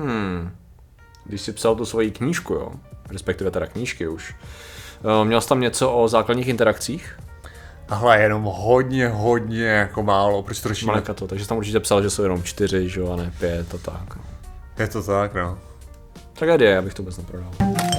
Když jsi psal tu svoji knížku, jo, respektive teda knížky už, měl jsi tam něco o základních interakcích? Tohle je jenom hodně jako málo, proč to řešíme? Malekato, takže jsi tam určitě psal, že jsou jenom 4, že jo, a ne 5, to tak. Je to tak, no. Tragédie, abych to vůbec neprodal.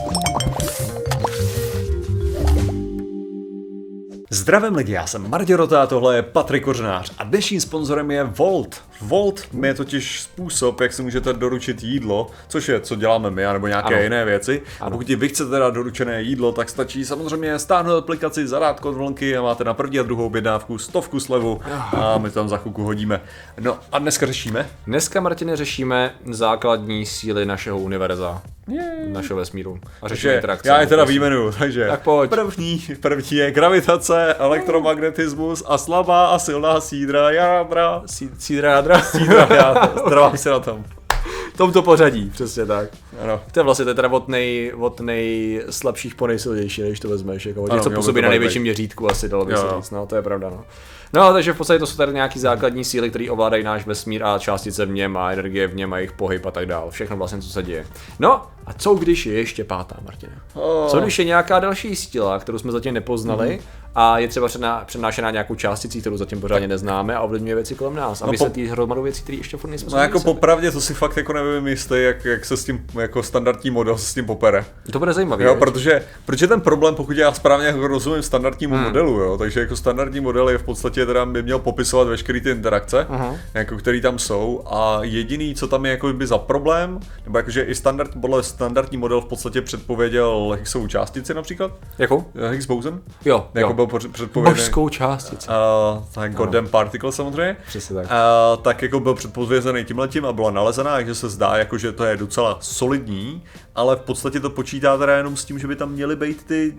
Zdravím lidi, já jsem Martin Rota a tohle je Patrik Kořenář a dnešním sponzorem je Volt. Volt je totiž způsob, jak si můžete doručit jídlo, což je, co děláme my, nebo nějaké jiné věci. A pokud vy chcete teda doručené jídlo, tak stačí samozřejmě stáhnout aplikaci, zadat kód vlnky a máte na první a druhou objednávku 100 slevu a my tam za chvilku hodíme. No a dneska řešíme? Dneska, Martine, řešíme základní síly našeho univerza. Našeho vesmíru. A řešíme interakce. Já je teda výjmenuju, takže tak pojď. První je gravitace, elektromagnetismus a slabá a silná sídra jádra. Sídra jádra? Sídra jádra, trvám si na tom. V tomto pořadí, přesně tak. Ano. To je vlastně teda od nejslabších po nejsilnější, když to vezmeš. Jako, něco působí na největším měřítku asi, dalo by se říct, no to je pravda, no. No, takže v podstatě to jsou tady nějaký základní síly, které ovládají náš vesmír a částice v něm a energie v něm a jejich pohyb a tak dál. Všechno vlastně, co se děje. No, a co když je ještě pátá, Martine? Co když je nějaká další síla, kterou jsme zatím nepoznali a je třeba přenášená nějakou částicí, kterou zatím pořádně neznáme a ovlivňuje věci kolem nás a vysvětlí hromadu věcí, které ještě furt nejsme. No jako popravdě to si fakt jako nevím jistý, jak se s tím jako standardní model se s tím popere. To bude zajímavé. Jo, protože ten problém, pokud já správně jako rozumím standardnímu modelu, jo, takže jako standardní model je v podstatě teda by měl popisovat veškeré ty interakce, jako který tam jsou a jediný, co tam je jako by za problém, nebo jakože i standardní model v podstatě předpověděl Higgsovou částici například. Jakou? Higgs boson? Jo. Jako byl předpověděný. Božskou částici. Tak goddamn particle samozřejmě. Přesně tak. Tak jako byl předpovězený tímhletím a byla nalezená, takže se zdá, jako, že to je docela solidní, ale v podstatě to počítá teda jenom s tím, že by tam měly být ty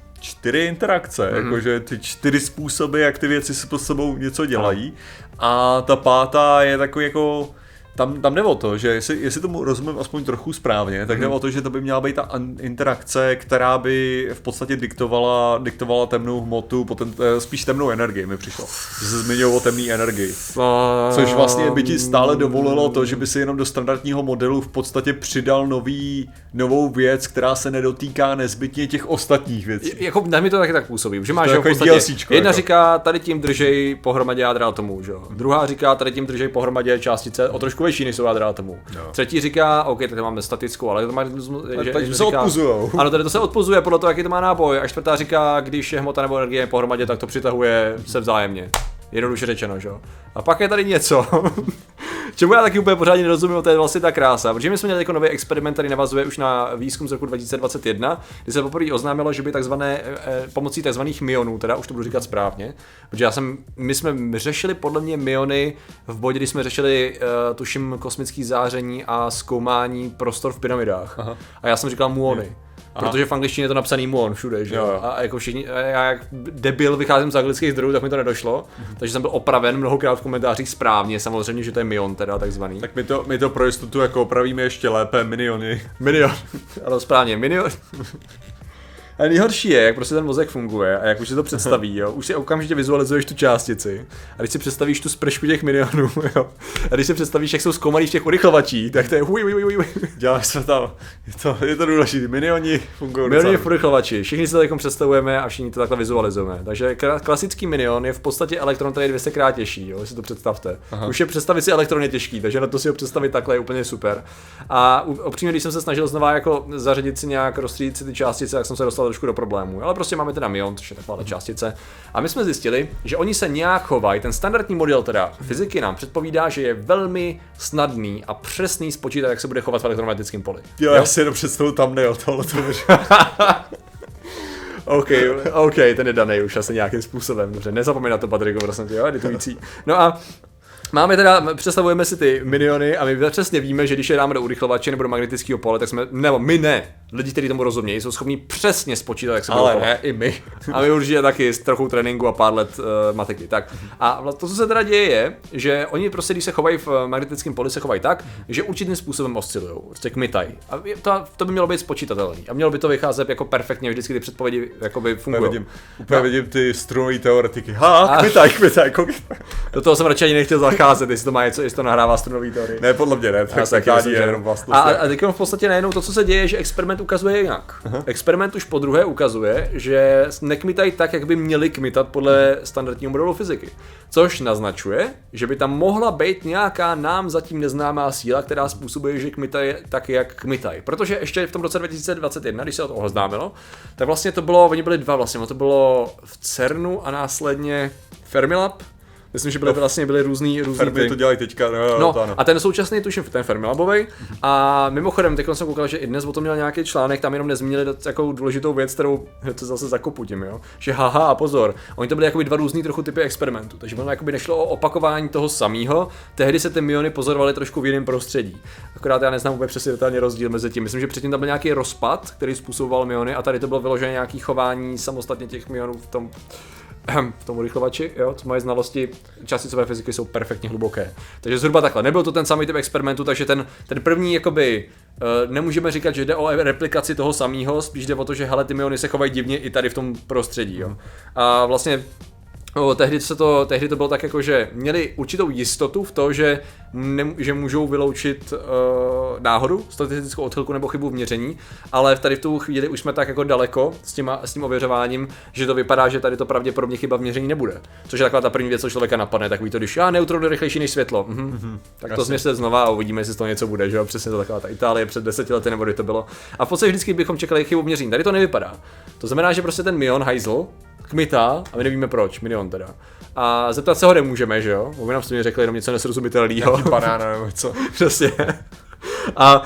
4 interakce, jakože ty 4 způsoby, jak ty věci se pod sebou něco dělají. A ta pátá je takový jako tam jde o to, že jestli tomu rozumím aspoň trochu správně, tak jde o to, že to by měla být ta interakce, která by v podstatě diktovala temnou hmotu, spíš temnou energii mi přišlo. Že se zmiňoval o temné energii. Což vlastně by ti stále dovolilo to, že by si jenom do standardního modelu v podstatě přidal novou věc, která se nedotýká nezbytně těch ostatních věcí. Jako na mě to taky tak působí, že máš to v podstatě DLCčko, jedna jako. Říká, tady tím držej pohromadě jádra atomů, že jo. Druhá říká, tady tím držej pohromadě částice o trošku větší, než jsou jádra atomů. Třetí říká, OK, tady máme statickou, ale tady se odpozujou. Ano, tady to se odpozuje podle toho, jaký to má náboj. A čtvrtá říká, když je hmota nebo energie pohromadě, tak to přitahuje se vzájemně. Jednoduše řečeno, že jo. A pak je tady něco, čemu já taky úplně pořádně nerozumím, to je vlastně ta krása. Protože my jsme měli jako nový experiment, který navazuje už na výzkum z roku 2021, kdy se poprvé oznámilo, že by pomocí takzvaných myonů, teda už to budu říkat správně, protože my jsme řešili podle mě myony v bodě, kdy jsme řešili tuším kosmický záření a zkoumání prostor v pyramidách. Aha. A já jsem říkal muony. Protože v angličtině je to napsaný muon všude, že jo. A jako všichni, já jak debil vycházím z anglických zdrojů, tak mi to nedošlo. Takže jsem byl opraven mnohokrát v komentářích správně, samozřejmě, že to je myon teda takzvaný. Tak my to pro jistotu jako opravíme ještě lépe, miniony. Minion, ano správně, minion. A nejhorší je, jak prostě ten mozek funguje a jak už si to představí, jo. Už si okamžitě vizualizuješ tu částici a když si představíš tu spršku těch minionů, jo. A když si představíš, jak jsou zkoumalí v těch urychlovačích, tak to je Děláš se tam, je to důležité, minioni fungují. Minioni v urychlovači, všichni si to takhle představujeme a všichni to takhle vizualizujeme. Takže klasický minion je v podstatě elektron, který je 200krát těžší, jo, si to představte. Aha. Už je představit si elektron je těžký, takže na to si ho představit takhle je úplně super. A upřímně, když jsem se snažil znova jako zařadit si nějak, rozstřídit si ty částice, tak jsem se dostal trošku do problémů. Ale prostě máme teda myon, což je taková částice. A my jsme zjistili, že oni se nějak chovají, ten standardní model teda fyziky nám předpovídá, že je velmi snadný a přesný spočítat, jak se bude chovat v elektromagnetickém poli. Jo, já si jenom představu thumbnail tohleto. OK, ten je daný už asi nějakým způsobem. Dobře, nezapomeň na to, Patriku, prosím tě, jo, editující. No a představujeme si ty miniony a my přesně víme, že když je dáme do urychlovače nebo do magnetického pole, tak my ne, lidi, kteří tomu rozumějí, jsou schopni přesně spočítat, jak se budou Ale chovat. ne, i my. A my určitě taky s trochou tréninku a pár let matiky. Tak. A to, co se teda děje, je, že oni prostě, když se chovají v magnetickém poli, se chovají tak, že určitým způsobem oscilují, prostě kmitají. A to by mělo být spočítatelný. A mělo by to vycházet jako perfektně, vždycky ty předpovědi jakoby fungují. Úplně vidím ty strunové teoretiky. Kmitaj. Do toho jsem radši ani nechtěl zacházet, jestli to má něco, jestli to nahrává strunový teorie. Ne, podle mě ne, tak taky jenom vlastně. A teď v podstatě najednou to, co se děje, je, že experiment ukazuje jinak. Experiment už po druhé ukazuje, že nekmitají tak, jak by měli kmitat podle standardního modelu fyziky. Což naznačuje, že by tam mohla být nějaká nám zatím neznámá síla, která způsobuje, že kmitají tak, jak kmitají. Protože ještě v tom roce 2021, když se to oznámilo, tak vlastně to bylo, oni byli dva vlastně, to bylo v CERNu a následně Fermilab. Myslím, že byly různý Fermi to dělají teďka, a ten současný, tuším, ten Fermilabovej. A mimochodem, teď jsem koukal, že i dnes o tom měl nějaký článek, tam jenom nezmínili takovou důležitou věc, kterou to zase zakopu tím, jo. Že haha, pozor, oni to byly jakoby dva různý trochu typy experimentů, takže ono jakoby nešlo o opakování toho samého, tehdy se ty myony pozorovaly trošku v jiném prostředí. Akorát já neznám úplně přesně detailně rozdíl mezi tím. Myslím, že předtím tam byl nějaký rozpad, který způsoboval myony, a tady to bylo vyložené nějaký chování samostatně těch myonů v tom urychlovači, jo, co mají znalosti částicové fyziky, jsou perfektně hluboké. Takže zhruba takhle. Nebyl to ten samý typ experimentu, takže ten první jakoby nemůžeme říkat, že jde o replikaci toho samého, spíš jde o to, že hele, ty myony se chovají divně i tady v tom prostředí, jo. A vlastně tehdy to bylo tak jako, že měli určitou jistotu v to, že můžou vyloučit náhodu, statistickou odchylku nebo chybu v měření, ale tady v tu chvíli už jsme tak jako daleko s tím ověřováním, že to vypadá, že tady to pravděpodobně chyba v měření nebude. Což je taková ta první věc, co člověka napadne, takový to, když neutron je rychlejší než světlo. Tak to změřte znova a uvidíme, jestli z toho něco bude, že jo? Přesně to taková ta Itálie před 10 lety nebo kdy to bylo. A v podstatě vždycky bychom čekali chybu v měření. Tady to nevypadá. To znamená, že prostě ten myon hajzl kmitá a my nevíme proč, milion teda. A zeptat se ho nemůžeme, že jo? Bo by nám s tím řekli jenom něco nesrozumitelného. Banána nebo co. Přesně. A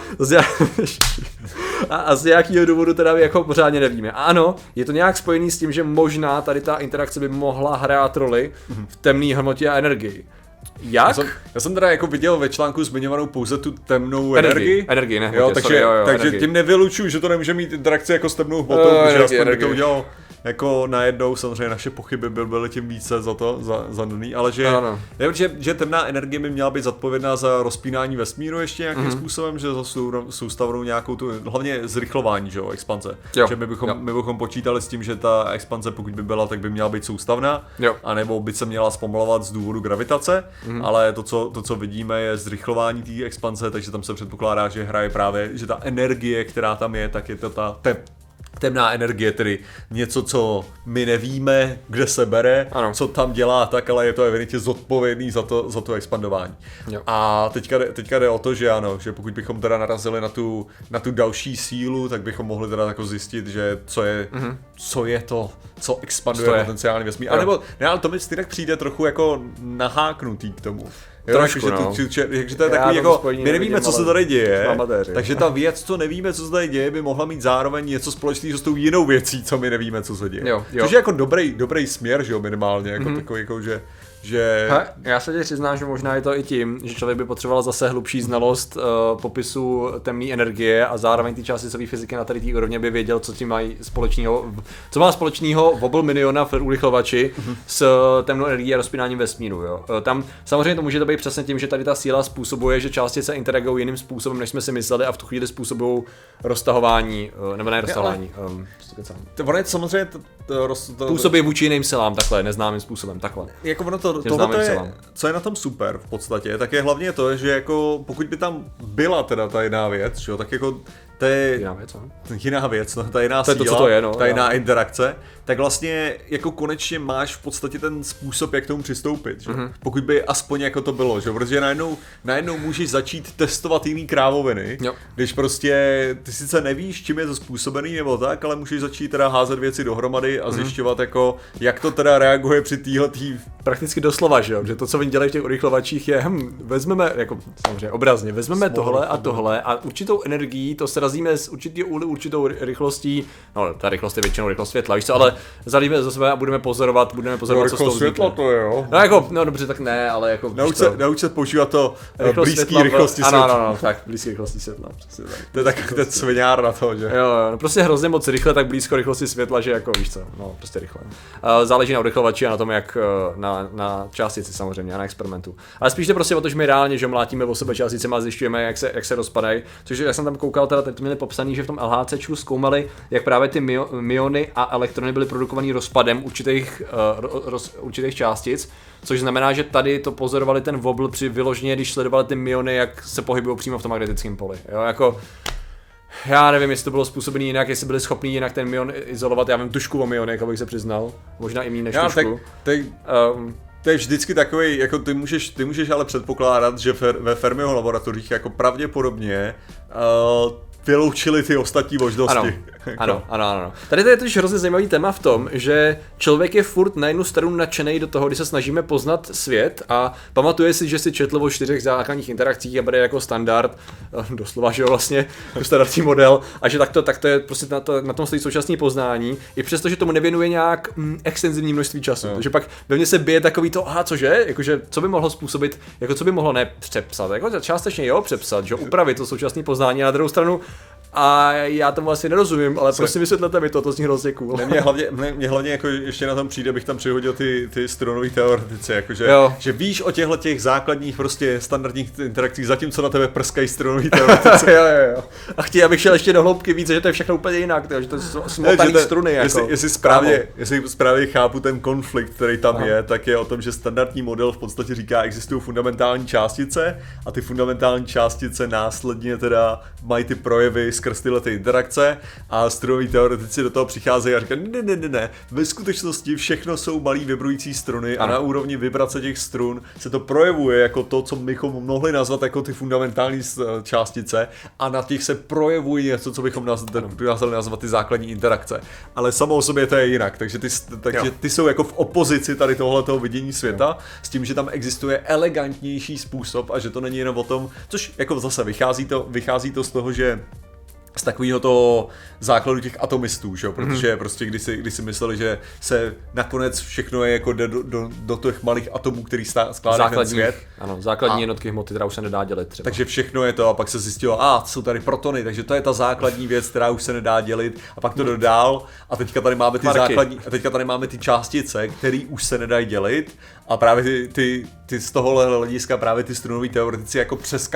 z nějakého důvodu teda jako pořádně nevíme. A ano, je to nějak spojený s tím, že možná tady ta interakce by mohla hrát roli v temné hmotě a energii. Jak? Já jsem teda jako viděl ve článku zmiňovanou pouze tu temnou energii. Energii, ne? Jo, takže tím nevylučuju, že to nemůže mít interakci jako s temnou hmotou, protože aspoň by to udělalo jako najednou, samozřejmě naše pochyby byly tím více za to zadaný, ale že temná energie by měla být zodpovědná za rozpínání vesmíru ještě nějakým způsobem, že za soustavnou nějakou tu, hlavně zrychlování, že jo, expanze. Že my bychom počítali s tím, že ta expanze, pokud by byla, tak by měla být soustavná, anebo by se měla zpomalovat z důvodu gravitace, ale to, co vidíme, je zrychlování té expanze, takže tam se předpokládá, že hraje právě, že ta energie, která tam je, tak je to ta temná energie, tedy něco, co my nevíme, kde se bere, co tam dělá, tak, ale je to evidentně zodpovědný za to expandování. Jo. A teďka jde o to, že ano, že pokud bychom teda narazili na tu další sílu, tak bychom mohli teda jako zjistit, že co je to, co expanduje potenciální vesmír. Ale to mi stejně přijde trochu jako naháknutý k tomu. Trošku, že to je takový jako, my nevíme, co se tady děje, takže ta věc, co nevíme, co se tady děje, by mohla mít zároveň něco společného s tou jinou věcí, co my nevíme, co se děje. Což je jako dobrý směr, že jo, minimálně, jako takový, jako, že já se tě přiznám, že možná je to i tím, že člověk by potřeboval zase hlubší znalost popisu temné energie a zároveň ty částicové fyziky na tady té úrovně by věděl, co má společného wobble miniona v urychlovači s temnou energií a rozpínáním vesmíru. Jo. Tam samozřejmě to může to být přesně tím, že tady ta síla způsobuje, že částice interagují jiným způsobem, než jsme si mysleli, a v tu chvíli způsobují roztahování, nebo ne roztahování. Ono je samozřejmě působí vůči jiným silám takhle, neznámým způsobem, takhle. Jako ono co je na tom super v podstatě, tak je hlavně to, že jako pokud by tam byla teda ta jiná věc, že jo, tak jako ta jiná věc, ta jiná síla, ta jiná interakce, tak vlastně jako konečně máš v podstatě ten způsob, jak k tomu přistoupit, že? Pokud by aspoň jako to bylo, že? Protože najednou můžeš začít testovat jiný krávoviny, když prostě ty sice nevíš, čím je to způsobený nebo tak, ale můžeš začít teda házet věci dohromady a zjišťovat jako, jak to teda reaguje při téhletý. Prakticky doslova, že jo, že to, co oni dělají v těch urychlovačích je, vezmeme, jako samozřejmě obrazně, vezmeme tohle a určitou energií to se zarazíme z určitý úhlu určitou rychlostí, no ta rychlost je většinou rychlost světla, víš co, ale zarazíme za sebe a budeme pozorovat, co z toho světla to je, jo. No jako, no dobře, tak ne, ale jako Nauč se používat to blízký rychlosti světla. Ano, tak blízký rychlosti světla, přesně tak. To je tak ten sviňár na to, že? Jo, no prostě hrozně moc rychle, tak blízko rychlosti světla, že jako víš co, no prostě rychle. Záleží na urychlovači a na tom, jak na částici samozřejmě a na experimentu. Ale spíš to prostě o to, že my reálně, že mlátíme o sebe částicema a zjišťujeme, jak se rozpadají. Což já jsem tam koukal, teda teď měli popsaný, že v tom LHCčku zkoumali, jak právě ty myony a elektrony byly produkovaný rozpadem určitých částic. Což znamená, že tady to pozorovali ten wobble při vyloženě, když sledovali ty myony, jak se pohybují přímo v tom magnetickém poli. Jo, jako já nevím, jestli to bylo způsobené jinak, jestli byli schopní jinak ten myon izolovat, já vím tušku o myonech, abych se přiznal, možná i méně než tušku. To je vždycky takový, jako ty můžeš ale předpokládat, že ve Fermiho laboratořích jako pravděpodobně vyloučili ty ostatní možnosti. Ano. Tady to je totiž hrozně zajímavý téma v tom, že člověk je furt na jednu stranu nadšenej do toho, když se snažíme poznat svět a pamatuje si, že si četl o 4 základních interakcích a bude jako standard, doslova, že jo, vlastně, jako standardní model a že tak to je prostě na tom stojí současné poznání, i přesto, že tomu nevěnuje nějak extenzivní množství času. Takže pak ve mně se bije takový to, cože, jakože co by mohlo způsobit, jako co by mohlo přepsat, jako částečně jo, přepsat, že upravit to současné poznání a na druhou stranu a já tomu asi nerozumím, ale prosím vysvětlete mi to zní hrozně cool. Mě hlavně jako ještě na tom přijde, bych tam přihodil ty strunové teoretice, jakože že víš o těchto těch základních prostě standardních interakcích, zatímco na tebe prskají strunové teoretice. jo. A chtějí, abych šel ještě do hloubky víc, že to je všechno úplně jinak, že to jsou smotaný struny. Jako. Jestli správně chápu ten konflikt, který tam je, tak je o tom, že standardní model v podstatě říká, existují fundamentální částice a ty fundamentální částice následně teda mají ty projevy skrz tyhle ty interakce a strunoví teoretici do toho přicházejí a říkají ne, ve skutečnosti všechno jsou malý vibrující struny a na úrovni vibrace těch strun se to projevuje jako to, co bychom mohli nazvat jako ty fundamentální částice a na těch se projevuje něco, co bychom nazvali nazvat ty základní interakce. Ale samo o sobě to je jinak, takže ty jsou jako v opozici tady tohletoho vidění světa s tím, že tam existuje elegantnější způsob a že to není jenom o tom, což jako zase vychází to z toho, že z takového toho základu těch atomistů, že jo? Protože prostě když si mysleli, že se nakonec všechno je jako do těch malých atomů, který skládá ten svět. Ano, základní jednotky hmoty, která už se nedá dělit třeba. Takže všechno je to a pak se zjistilo, jsou tady protony, takže to je ta základní věc, která už se nedá dělit a pak to dodal a teďka tady máme ty částice, které už se nedají dělit a právě ty z tohohle hlediska právě ty strunové teoretici jako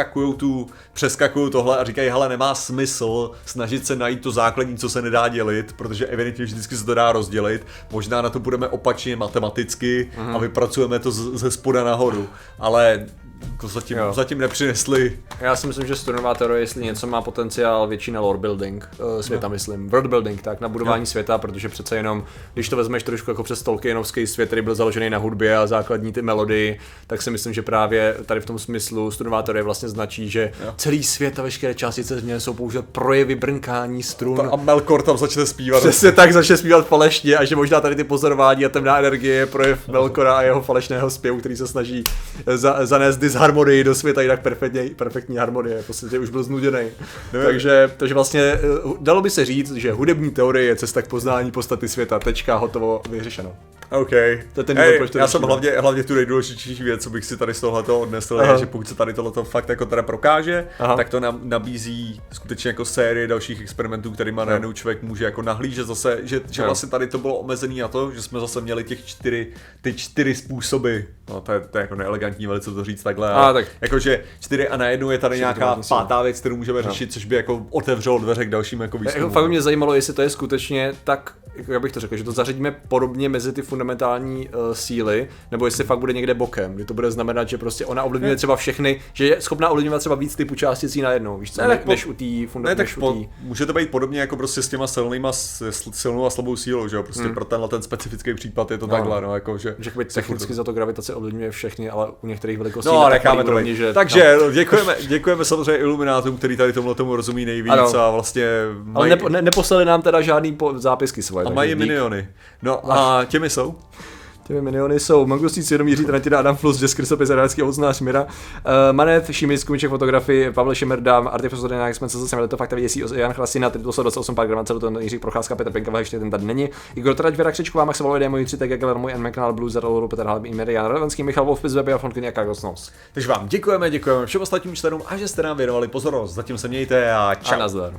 přeskakují tohle a říkají, hele, nemá smysl snažit se najít to základní, co se nedá dělit, protože evidentně vždycky se to dá rozdělit. Možná na to budeme opačně matematicky a vypracujeme to ze spoda nahoru. Ale to zatím nepřinesli. Já si myslím, že strunová teorie, jestli něco má potenciál větší na lore building světa, myslím, world building, tak na budování světa, protože přece jenom, když to vezmeš trošku jako přes Tolkienovský svět, který byl založený na hudbě a základní ty melodii, tak si myslím, že právě tady v tom smyslu strunová teorie vlastně značí, že celý svět a veškeré částice změny jsou pouze projevy brnkání strun. A Melkor tam začne zpívat. Přesně tak, začne zpívat falešně a že možná tady ty pozorování a temná energie je projev Melkora a jeho falešného zpěvu, který se snaží zanést disharmonii do světa, jinak perfektní harmonie, v podstatě už byl znuděný. Takže vlastně dalo by se říct, že hudební teorie je cesta k poznání podstaty světa, tečka, hotovo, vyřešeno. OK. To je ten důvod, proč to já jsem hlavně tu nejdůležitější věc, co bych si tady z tohoto odnesl, je, že pokud se tady tohleto fakt jako teda prokáže, tak to nám nabízí skutečně jako série dalších experimentů, kterýma najednou člověk může jako nahlížet zase, že vlastně tady to bylo omezený na to, že jsme zase měli ty čtyři způsoby. No to je jako neelegantní velice to říct takhle. Tak. Jakože 4 a najednou je tady nějaká pátá věc, kterou můžeme řešit, což by jako otevřelo dveře k dalším jako výzkumům. Fakt by mě zajímalo, jestli to je skutečně tak, jak bych to řekl, že to zařadíme podobně mezi ty fundamentální síly, nebo jestli fakt bude někde bokem, kdy to bude znamenat, že prostě ona ovlivňuje třeba všechny, že je schopná ovlivňovat třeba víc typů částicí najednou, víš co, než u té fundamentální. Může to být podobně jako prostě s těma silnou a slabou sílou, že jo, prostě pro ten specifický případ je to takhle, no jako že technicky za to gravitace ovlivňuje všechny, ale u některých velikostí necháme to být. Takže děkujeme samozřejmě Iluminátům, který tady tomu rozumí nejvíc a vlastně ale neposlali nám teda žádný zápisky svoje. A mají miliony. No a těmi jsou? Těmi miliony jsou Mangostíc, Svědomí, Jiří Trantina, Adam Flus, Jess Krysopis, Radský ovocnář, Mira, Manet, Šimis, Kumiček, fotografii, Pavel Šemerdám, Artifus, Odinák, jsme se zase to fakta věcí, Jan Chlasina, Tritus 28, pár gramace, to Jiří Procházka, Petr Penkava, ještě ten tady není. Igor Trať, Věra Křečková, Max Valovi, Demo, Jitři, Tegeler, můj N. McNall, Blue, Zerol, Petr Halby, Jan Ravenský, Michal Wolf, Weby a Fonkyně a Kagosnos. Takže vám děkujeme všem ostatním členům a že jste nám věnovali pozornost. Zatím se mějte a čau. A nazdar.